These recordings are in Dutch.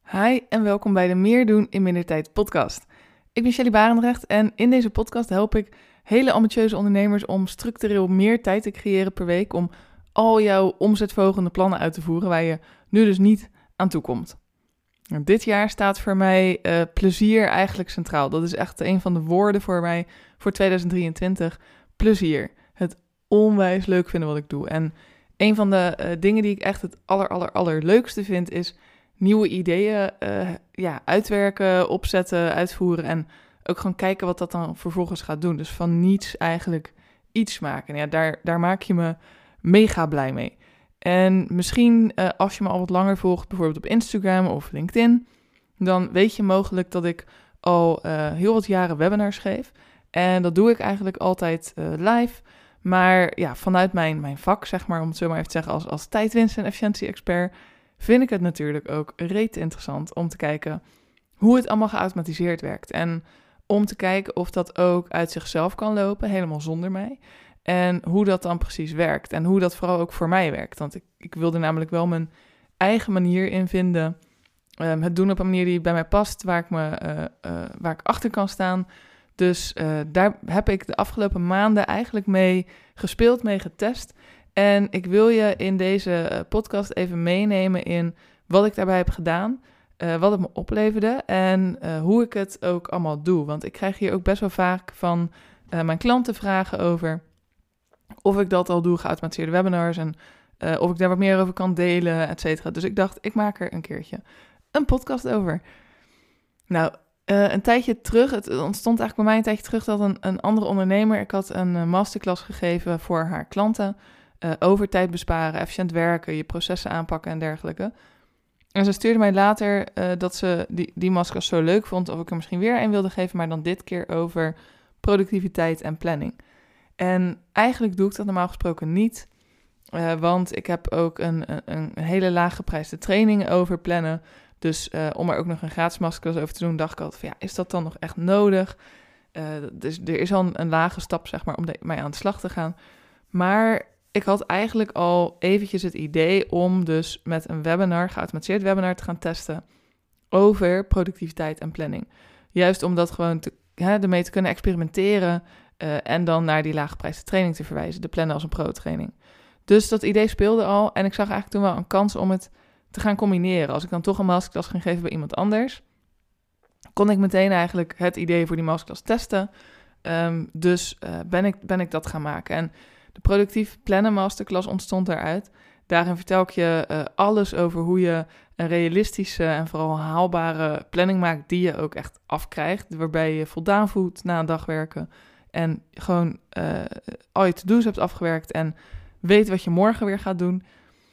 Hi en welkom bij de Meer doen in minder tijd podcast. Ik ben Shelly Barendrecht en in deze podcast help ik hele ambitieuze ondernemers om structureel meer tijd te creëren per week om al jouw omzetverhogende plannen uit te voeren waar je nu dus niet aan toe komt. Dit jaar staat voor mij plezier eigenlijk centraal. Dat is echt een van de woorden voor mij voor 2023. Plezier. Het onwijs leuk vinden wat ik doe. En een van de dingen die ik echt het allerleukste vind is nieuwe ideeën uitwerken, opzetten, uitvoeren en ook gewoon kijken wat dat dan vervolgens gaat doen. Dus van niets eigenlijk iets maken. Ja, daar maak je me mega blij mee. En misschien als je me al wat langer volgt, bijvoorbeeld op Instagram of LinkedIn, dan weet je mogelijk dat ik al heel wat jaren webinars geef. En dat doe ik eigenlijk altijd live. Maar ja, vanuit mijn vak, zeg maar, om het zo maar even te zeggen, als tijdwinst- en efficiëntie-expert, vind ik het natuurlijk ook rete interessant om te kijken hoe het allemaal geautomatiseerd werkt. En om te kijken of dat ook uit zichzelf kan lopen, helemaal zonder mij. En hoe dat dan precies werkt. En hoe dat vooral ook voor mij werkt. Want ik wilde namelijk wel mijn eigen manier in vinden. Het doen op een manier die bij mij past, waar ik achter kan staan. Dus daar heb ik de afgelopen maanden eigenlijk mee gespeeld, mee getest. En ik wil je in deze podcast even meenemen in wat ik daarbij heb gedaan, wat het me opleverde en hoe ik het ook allemaal doe. Want ik krijg hier ook best wel vaak van mijn klanten vragen over of ik dat al doe, geautomatiseerde webinars en of ik daar wat meer over kan delen, et cetera. Dus ik dacht, ik maak er een keertje een podcast over. Nou, een tijdje terug, het ontstond eigenlijk bij mij een tijdje terug dat een andere ondernemer, ik had een masterclass gegeven voor haar klanten over tijd besparen, efficiënt werken, je processen aanpakken en dergelijke. En ze stuurde mij later dat ze die masterclass zo leuk vond of ik er misschien weer een wilde geven, maar dan dit keer over productiviteit en planning. En eigenlijk doe ik dat normaal gesproken niet, want ik heb ook een hele laag geprijsde training over plannen. Dus om er ook nog een gratis masterclass over te doen, dacht ik altijd van ja, is dat dan nog echt nodig? Dus er is al een lage stap, zeg maar, om mij aan de slag te gaan. Maar ik had eigenlijk al eventjes het idee om dus met een webinar, geautomatiseerd webinar, te gaan testen over productiviteit en planning. Juist om dat gewoon ermee te kunnen experimenteren en dan naar die laaggeprijsde training te verwijzen, de plannen als een pro-training. Dus dat idee speelde al en ik zag eigenlijk toen wel een kans om het te gaan combineren. Als ik dan toch een masterclass ging geven bij iemand anders, kon ik meteen eigenlijk het idee voor die masterclass testen. Dus ben ik dat gaan maken. En de productief plannen masterclass ontstond daaruit. Daarin vertel ik je alles over hoe je een realistische en vooral haalbare planning maakt die je ook echt afkrijgt. Waarbij je voldaan voelt na een dag werken en gewoon al je to-do's hebt afgewerkt en weet wat je morgen weer gaat doen.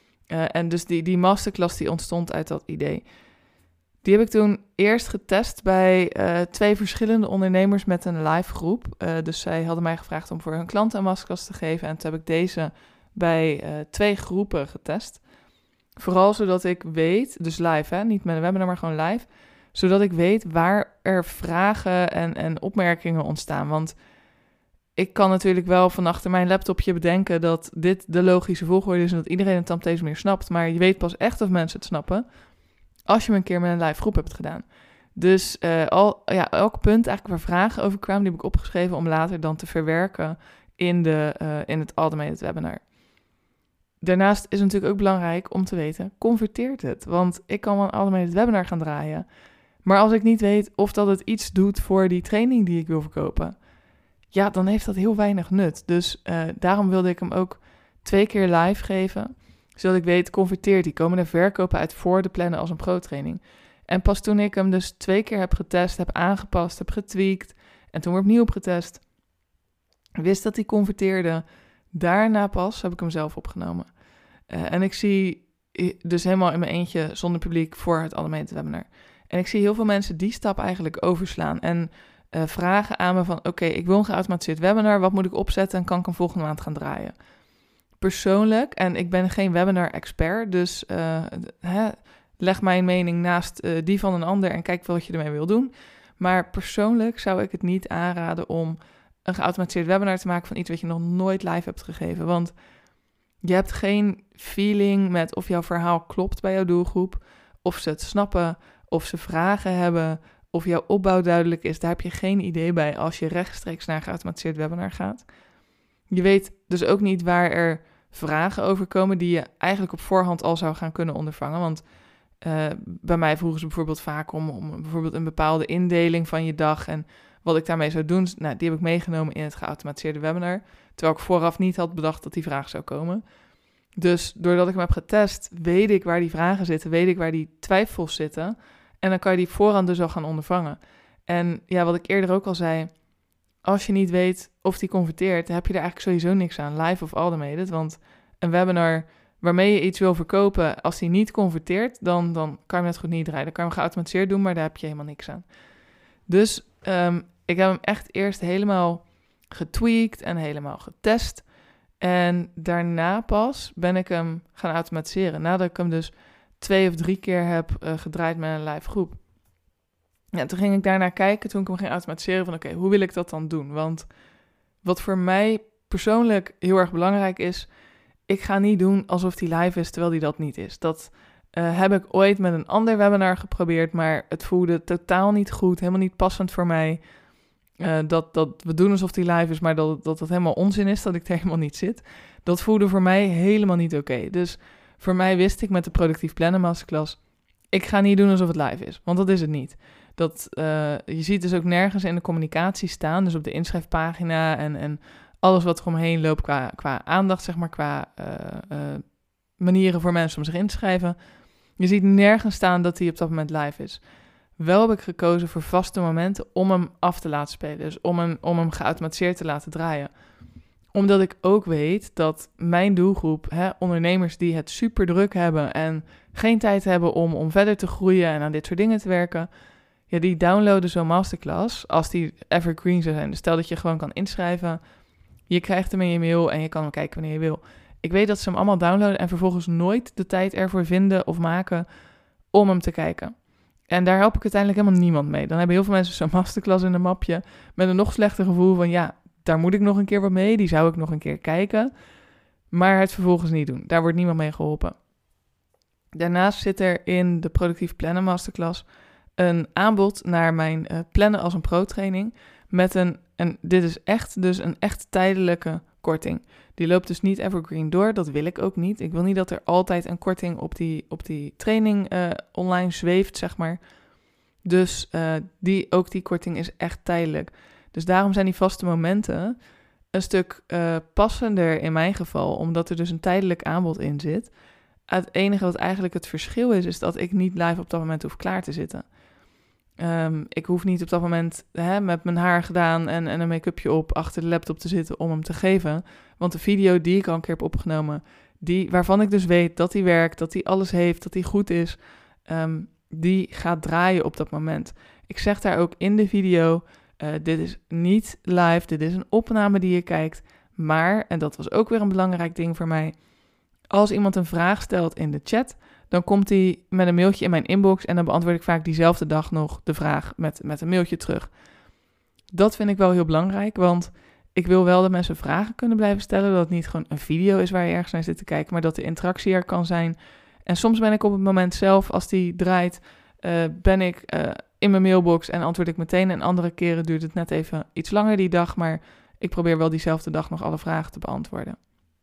En dus die masterclass die ontstond uit dat idee. Die heb ik toen eerst getest bij 2 verschillende ondernemers met een live groep. Dus zij hadden mij gevraagd om voor hun klanten een masterclass te geven. En toen heb ik deze bij 2 groepen getest. Vooral zodat ik weet, dus live, niet met een webinar, maar gewoon live. Zodat ik weet waar er vragen en opmerkingen ontstaan. Want ik kan natuurlijk wel van achter mijn laptopje bedenken dat dit de logische volgorde is en dat iedereen het dan op deze manier snapt. Maar je weet pas echt of mensen het snappen als je me een keer met een live groep hebt gedaan. Dus elk punt eigenlijk waar vragen over kwamen, die heb ik opgeschreven om later dan te verwerken in het automated webinar. Daarnaast is het natuurlijk ook belangrijk om te weten, converteert het? Want ik kan wel een automated webinar gaan draaien, maar als ik niet weet of dat het iets doet voor die training die ik wil verkopen, ja, dan heeft dat heel weinig nut. Dus daarom wilde ik hem ook 2 keer live geven, zodat ik weet, converteert die, komen er verkopen uit voor de plannen als een pro-training. En pas toen ik hem dus 2 keer heb getest, heb aangepast, heb getweakt en toen weer opnieuw getest, wist dat hij converteerde. Daarna pas heb ik hem zelf opgenomen. En ik zie dus helemaal in mijn eentje zonder publiek voor het automated webinar. En ik zie heel veel mensen die stap eigenlijk overslaan en vragen aan me van oké, ik wil een geautomatiseerd webinar, wat moet ik opzetten en kan ik hem volgende maand gaan draaien? Persoonlijk, en ik ben geen webinar-expert, dus leg mijn mening naast die van een ander en kijk wat je ermee wil doen. Maar persoonlijk zou ik het niet aanraden om een geautomatiseerd webinar te maken van iets wat je nog nooit live hebt gegeven. Want je hebt geen feeling met of jouw verhaal klopt bij jouw doelgroep, of ze het snappen, of ze vragen hebben, of jouw opbouw duidelijk is, daar heb je geen idee bij als je rechtstreeks naar een geautomatiseerd webinar gaat. Je weet dus ook niet waar er vragen over komen die je eigenlijk op voorhand al zou gaan kunnen ondervangen. Want bij mij vroegen ze bijvoorbeeld vaak om bijvoorbeeld een bepaalde indeling van je dag en wat ik daarmee zou doen. Nou, die heb ik meegenomen in het geautomatiseerde webinar, terwijl ik vooraf niet had bedacht dat die vraag zou komen. Dus doordat ik hem heb getest, weet ik waar die vragen zitten, weet ik waar die twijfels zitten. En dan kan je die voorhand dus al gaan ondervangen. En ja, wat ik eerder ook al zei, als je niet weet of die converteert, dan heb je er eigenlijk sowieso niks aan, live of automated. Want een webinar waarmee je iets wil verkopen, als die niet converteert, dan kan je hem net goed niet draaien. Dan kan je hem geautomatiseerd doen, maar daar heb je helemaal niks aan. Dus ik heb hem echt eerst helemaal getweakt en helemaal getest. En daarna pas ben ik hem gaan automatiseren. Nadat ik hem dus 2 of 3 keer heb gedraaid met een live groep. Ja, toen ging ik daarna kijken, toen ik hem ging automatiseren, van oké, hoe wil ik dat dan doen? Want wat voor mij persoonlijk heel erg belangrijk is, ik ga niet doen alsof die live is, terwijl die dat niet is. Dat heb ik ooit met een ander webinar geprobeerd, maar het voelde totaal niet goed, helemaal niet passend voor mij. Dat we doen alsof die live is, maar dat helemaal onzin is, dat ik er helemaal niet zit. Dat voelde voor mij helemaal niet oké. Dus voor mij wist ik met de Productief Plannen Masterclass, ik ga niet doen alsof het live is, want dat is het niet. Je ziet dus ook nergens in de communicatie staan, dus op de inschrijfpagina en alles wat er omheen loopt qua aandacht, zeg maar, qua manieren voor mensen om zich in te schrijven. Je ziet nergens staan dat hij op dat moment live is. Wel heb ik gekozen voor vaste momenten om hem af te laten spelen. Dus om hem geautomatiseerd te laten draaien. Omdat ik ook weet dat mijn doelgroep, ondernemers die het super druk hebben en geen tijd hebben om verder te groeien en aan dit soort dingen te werken, ja, die downloaden zo'n masterclass als die evergreen zou zijn. Dus stel dat je gewoon kan inschrijven, je krijgt hem in je mail en je kan hem kijken wanneer je wil. Ik weet dat ze hem allemaal downloaden en vervolgens nooit de tijd ervoor vinden of maken om hem te kijken. En daar help ik uiteindelijk helemaal niemand mee. Dan hebben heel veel mensen zo'n masterclass in een mapje met een nog slechter gevoel van ja, daar moet ik nog een keer wat mee, die zou ik nog een keer kijken, maar het vervolgens niet doen. Daar wordt niemand mee geholpen. Daarnaast zit er in de Productief Plannen Masterclass een aanbod naar mijn Plannen als een Pro-training met dit is echt dus een echt tijdelijke korting. Die loopt dus niet evergreen door, dat wil ik ook niet. Ik wil niet dat er altijd een korting op die training online zweeft, zeg maar. Dus die korting is echt tijdelijk. Dus daarom zijn die vaste momenten een stuk passender in mijn geval, omdat er dus een tijdelijk aanbod in zit. Het enige wat eigenlijk het verschil is dat ik niet live op dat moment hoef klaar te zitten. Ik hoef niet op dat moment met mijn haar gedaan en een make-upje op achter de laptop te zitten om hem te geven. Want de video die ik al een keer heb opgenomen, waarvan ik dus weet dat die werkt, dat die alles heeft, dat die goed is, die gaat draaien op dat moment. Ik zeg daar ook in de video, dit is niet live, dit is een opname die je kijkt. Maar, en dat was ook weer een belangrijk ding voor mij, als iemand een vraag stelt in de chat, dan komt hij met een mailtje in mijn inbox en dan beantwoord ik vaak diezelfde dag nog de vraag met een mailtje terug. Dat vind ik wel heel belangrijk, want ik wil wel dat mensen vragen kunnen blijven stellen, dat het niet gewoon een video is waar je ergens naar zit te kijken, maar dat de interactie er kan zijn. En soms ben ik op het moment zelf, als die draait, ben ik in mijn mailbox en antwoord ik meteen. En andere keren duurt het net even iets langer die dag, maar ik probeer wel diezelfde dag nog alle vragen te beantwoorden.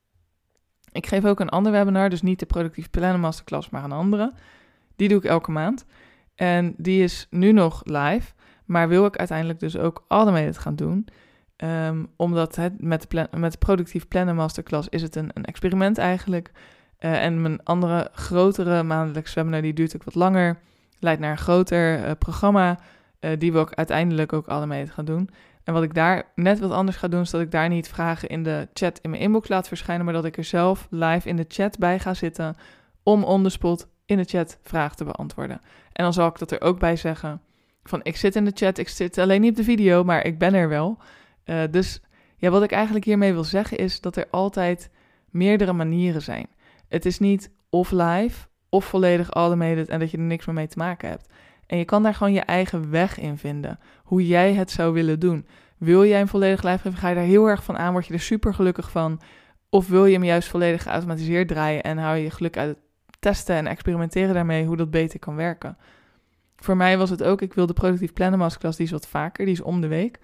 Ik geef ook een ander webinar, dus niet de Productief Plannen Masterclass, maar een andere. Die doe ik elke maand. En die is nu nog live, maar wil ik uiteindelijk dus ook automated gaan doen. Omdat met de Productief Plannen Masterclass is het een experiment eigenlijk. En mijn andere grotere maandelijkse webinar, die duurt ook wat langer. Leidt naar een groter programma, die wil ik uiteindelijk ook automated gaan doen. En wat ik daar net wat anders ga doen, is dat ik daar niet vragen in de chat in mijn inbox laat verschijnen, maar dat ik er zelf live in de chat bij ga zitten om on the spot in de chat vragen te beantwoorden. En dan zal ik dat er ook bij zeggen van ik zit in de chat, ik zit alleen niet op de video, maar ik ben er wel. Dus ja, wat ik eigenlijk hiermee wil zeggen is dat er altijd meerdere manieren zijn. Het is niet of live of volledig automated en dat je er niks meer mee te maken hebt. En je kan daar gewoon je eigen weg in vinden. Hoe jij het zou willen doen. Wil jij een volledig live geven? Ga je daar heel erg van aan? Word je er super gelukkig van? Of wil je hem juist volledig geautomatiseerd draaien en hou je geluk uit het testen en experimenteren daarmee hoe dat beter kan werken? Voor mij was het ook, ik wil de productief plannen masterclass, die is wat vaker, die is om de week.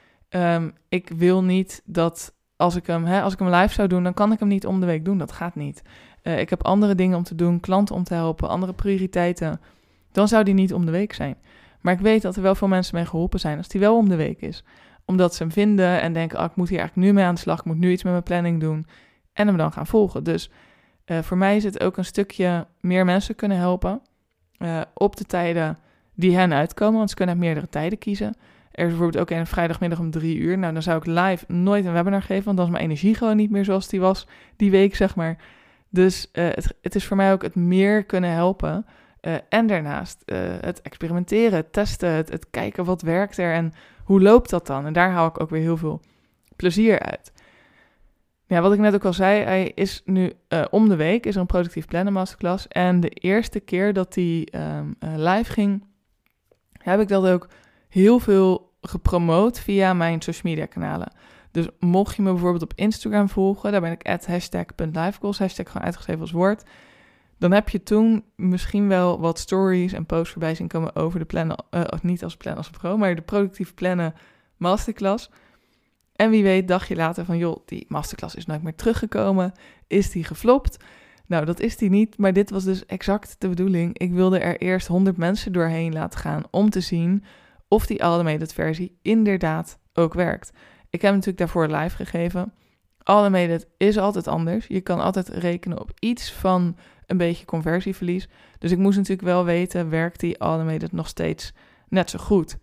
Ik wil niet dat als ik hem live zou doen, dan kan ik hem niet om de week doen. Dat gaat niet. Ik heb andere dingen om te doen, klanten om te helpen, andere prioriteiten. Dan zou die niet om de week zijn. Maar ik weet dat er wel veel mensen mee geholpen zijn als die wel om de week is. Omdat ze hem vinden en denken, ik moet hier eigenlijk nu mee aan de slag. Ik moet nu iets met mijn planning doen. En hem dan gaan volgen. Dus voor mij is het ook een stukje meer mensen kunnen helpen. Op de tijden die hen uitkomen. Want ze kunnen meerdere tijden kiezen. Er is bijvoorbeeld ook een vrijdagmiddag om 3:00. Nou, dan zou ik live nooit een webinar geven. Want dan is mijn energie gewoon niet meer zoals die was die week, zeg maar. Dus het is voor mij ook het meer kunnen helpen. En daarnaast het experimenteren, het testen, het kijken wat werkt er en hoe loopt dat dan. En daar haal ik ook weer heel veel plezier uit. Ja, wat ik net ook al zei, hij is nu om de week, is er een productief plannen masterclass. En de eerste keer dat die live ging, heb ik dat ook heel veel gepromoot via mijn social media kanalen. Dus mocht je me bijvoorbeeld op Instagram volgen, daar ben ik @hashtag.lifegoals, hashtag gewoon uitgeschreven als woord. Dan heb je toen misschien wel wat stories en posts voorbij zien komen over de plannen, niet als plan als pro, maar de productief plannen masterclass. En wie weet dacht je later van, joh, die masterclass is nooit meer teruggekomen. Is die geflopt? Nou, dat is die niet, maar dit was dus exact de bedoeling. Ik wilde er eerst 100 mensen doorheen laten gaan om te zien of die automated versie inderdaad ook werkt. Ik heb natuurlijk daarvoor live gegeven. Automated is altijd anders. Je kan altijd rekenen op iets van een beetje conversieverlies. Dus ik moest natuurlijk wel weten, werkt die automated nog steeds net zo goed?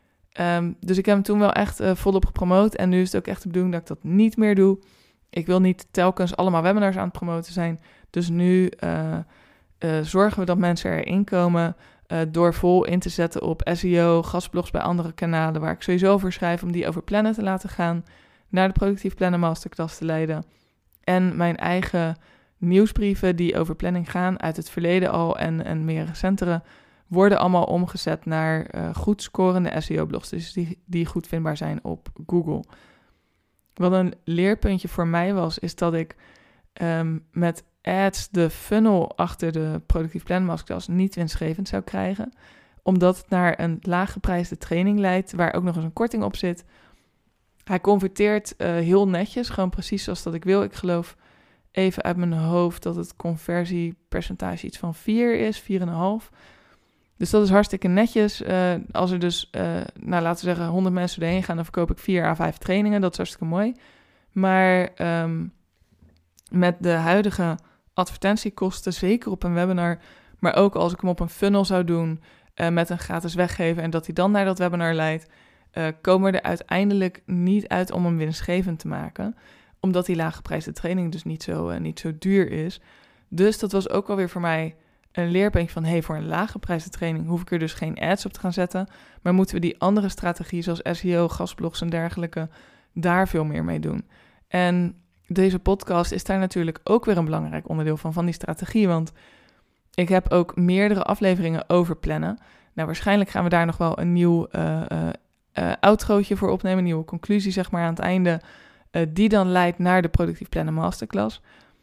Dus ik heb hem toen wel echt volop gepromoot. En nu is het ook echt de bedoeling dat ik dat niet meer doe. Ik wil niet telkens allemaal webinars aan het promoten zijn. Dus nu zorgen we dat mensen erin komen door vol in te zetten op SEO, gastblogs bij andere kanalen, waar ik sowieso over schrijf om die over plannen te laten gaan, naar de productief plannen masterclass te leiden. En mijn eigen nieuwsbrieven die over planning gaan uit het verleden al en meer recentere, worden allemaal omgezet naar goed scorende SEO-blogs, dus die goed vindbaar zijn op Google. Wat een leerpuntje voor mij was, is dat ik met ads de funnel achter de productief plannen masterclass niet winstgevend zou krijgen, omdat het naar een laaggeprijsde training leidt, waar ook nog eens een korting op zit. Hij converteert heel netjes, gewoon precies zoals dat ik wil. Ik geloof even uit mijn hoofd dat het conversiepercentage iets van 4 is, 4,5. Dus dat is hartstikke netjes. Als er dus, laten we zeggen, 100 mensen erheen gaan, dan verkoop ik 4 à 5 trainingen. Dat is hartstikke mooi. Maar met de huidige advertentiekosten, zeker op een webinar, maar ook als ik hem op een funnel zou doen met een gratis weggeven en dat hij dan naar dat webinar leidt, komen we er uiteindelijk niet uit om hem winstgevend te maken, omdat die laaggeprijsde training dus niet zo duur is. Dus dat was ook alweer voor mij een leerpuntje van, voor een laaggeprijsde training hoef ik er dus geen ads op te gaan zetten, maar moeten we die andere strategieën zoals SEO, gastblogs en dergelijke daar veel meer mee doen. En deze podcast is daar natuurlijk ook weer een belangrijk onderdeel van die strategie, want ik heb ook meerdere afleveringen over plannen. Nou, waarschijnlijk gaan we daar nog wel een nieuw outrootje voor opnemen, een nieuwe conclusie zeg maar aan het einde, die dan leidt naar de productief plannen masterclass.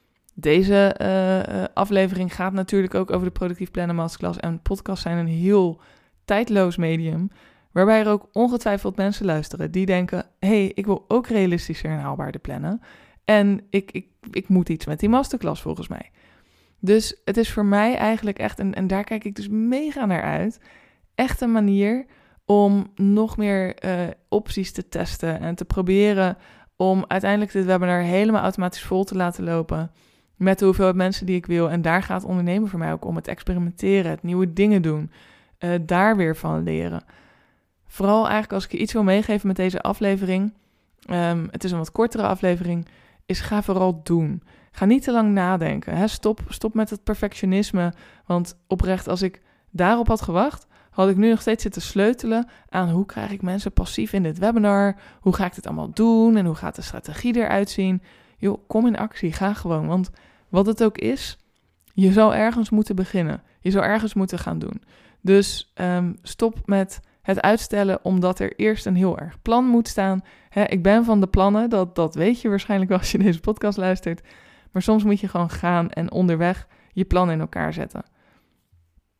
Deze aflevering gaat natuurlijk ook over de productief plannen masterclass en podcasts zijn een heel tijdloos medium, waarbij er ook ongetwijfeld mensen luisteren die denken, ik wil ook realistischer en haalbaarder plannen. En ik moet iets met die masterclass volgens mij. Dus het is voor mij eigenlijk echt, en daar kijk ik dus mega naar uit, echt een manier om nog meer opties te testen en te proberen om uiteindelijk dit webinar helemaal automatisch vol te laten lopen met de hoeveelheid mensen die ik wil. En daar gaat ondernemen voor mij ook om, het experimenteren, het nieuwe dingen doen, daar weer van leren. Vooral eigenlijk als ik je iets wil meegeven met deze aflevering, het is een wat kortere aflevering, is ga vooral doen. Ga niet te lang nadenken. Hè? Stop met het perfectionisme. Want oprecht, als ik daarop had gewacht, had ik nu nog steeds zitten sleutelen aan hoe krijg ik mensen passief in dit webinar? Hoe ga ik dit allemaal doen? En hoe gaat de strategie eruit zien? Joh, kom in actie. Ga gewoon. Want wat het ook is, je zal ergens moeten beginnen. Je zal ergens moeten gaan doen. Dus stop met het uitstellen omdat er eerst een heel erg plan moet staan. Ik ben van de plannen, dat weet je waarschijnlijk wel als je deze podcast luistert. Maar soms moet je gewoon gaan en onderweg je plan in elkaar zetten.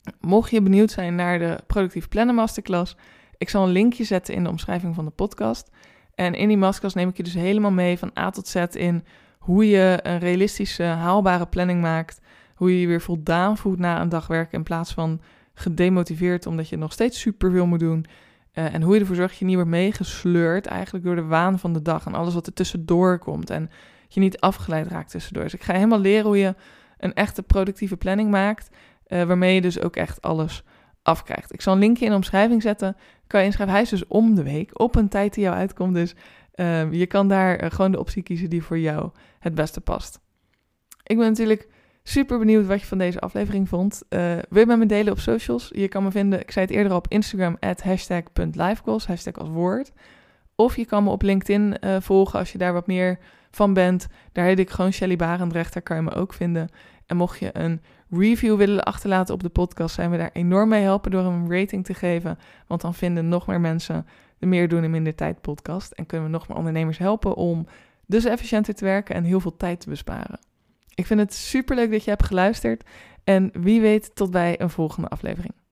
Mocht je benieuwd zijn naar de Productief Plannen Masterclass, ik zal een linkje zetten in de omschrijving van de podcast. En in die masterclass neem ik je dus helemaal mee van A tot Z in hoe je een realistische, haalbare planning maakt. Hoe je je weer voldaan voelt na een dag werken in plaats van gedemotiveerd omdat je nog steeds superveel moet doen. En hoe je ervoor zorgt dat je niet wordt meegesleurd eigenlijk door de waan van de dag en alles wat er tussendoor komt. En je niet afgeleid raakt tussendoor. Dus ik ga je helemaal leren hoe je een echte productieve planning maakt, waarmee je dus ook echt alles afkrijgt. Ik zal een linkje in de omschrijving zetten. Kan je inschrijven. Hij is dus om de week op een tijd die jou uitkomt. Dus je kan daar gewoon de optie kiezen die voor jou het beste past. Ik ben natuurlijk super benieuwd wat je van deze aflevering vond. Wil je met me delen op socials? Je kan me vinden, ik zei het eerder al, op Instagram @hashtag.lifegoals, hashtag als woord. Of je kan me op LinkedIn volgen als je daar wat meer van bent. Daar heet ik gewoon Shelly Barendrecht, daar kan je me ook vinden. En mocht je een review willen achterlaten op de podcast, zijn we daar enorm mee helpen door een rating te geven. Want dan vinden nog meer mensen de Meer doen in minder tijd podcast. En kunnen we nog meer ondernemers helpen om dus efficiënter te werken en heel veel tijd te besparen. Ik vind het superleuk dat je hebt geluisterd. En wie weet tot bij een volgende aflevering.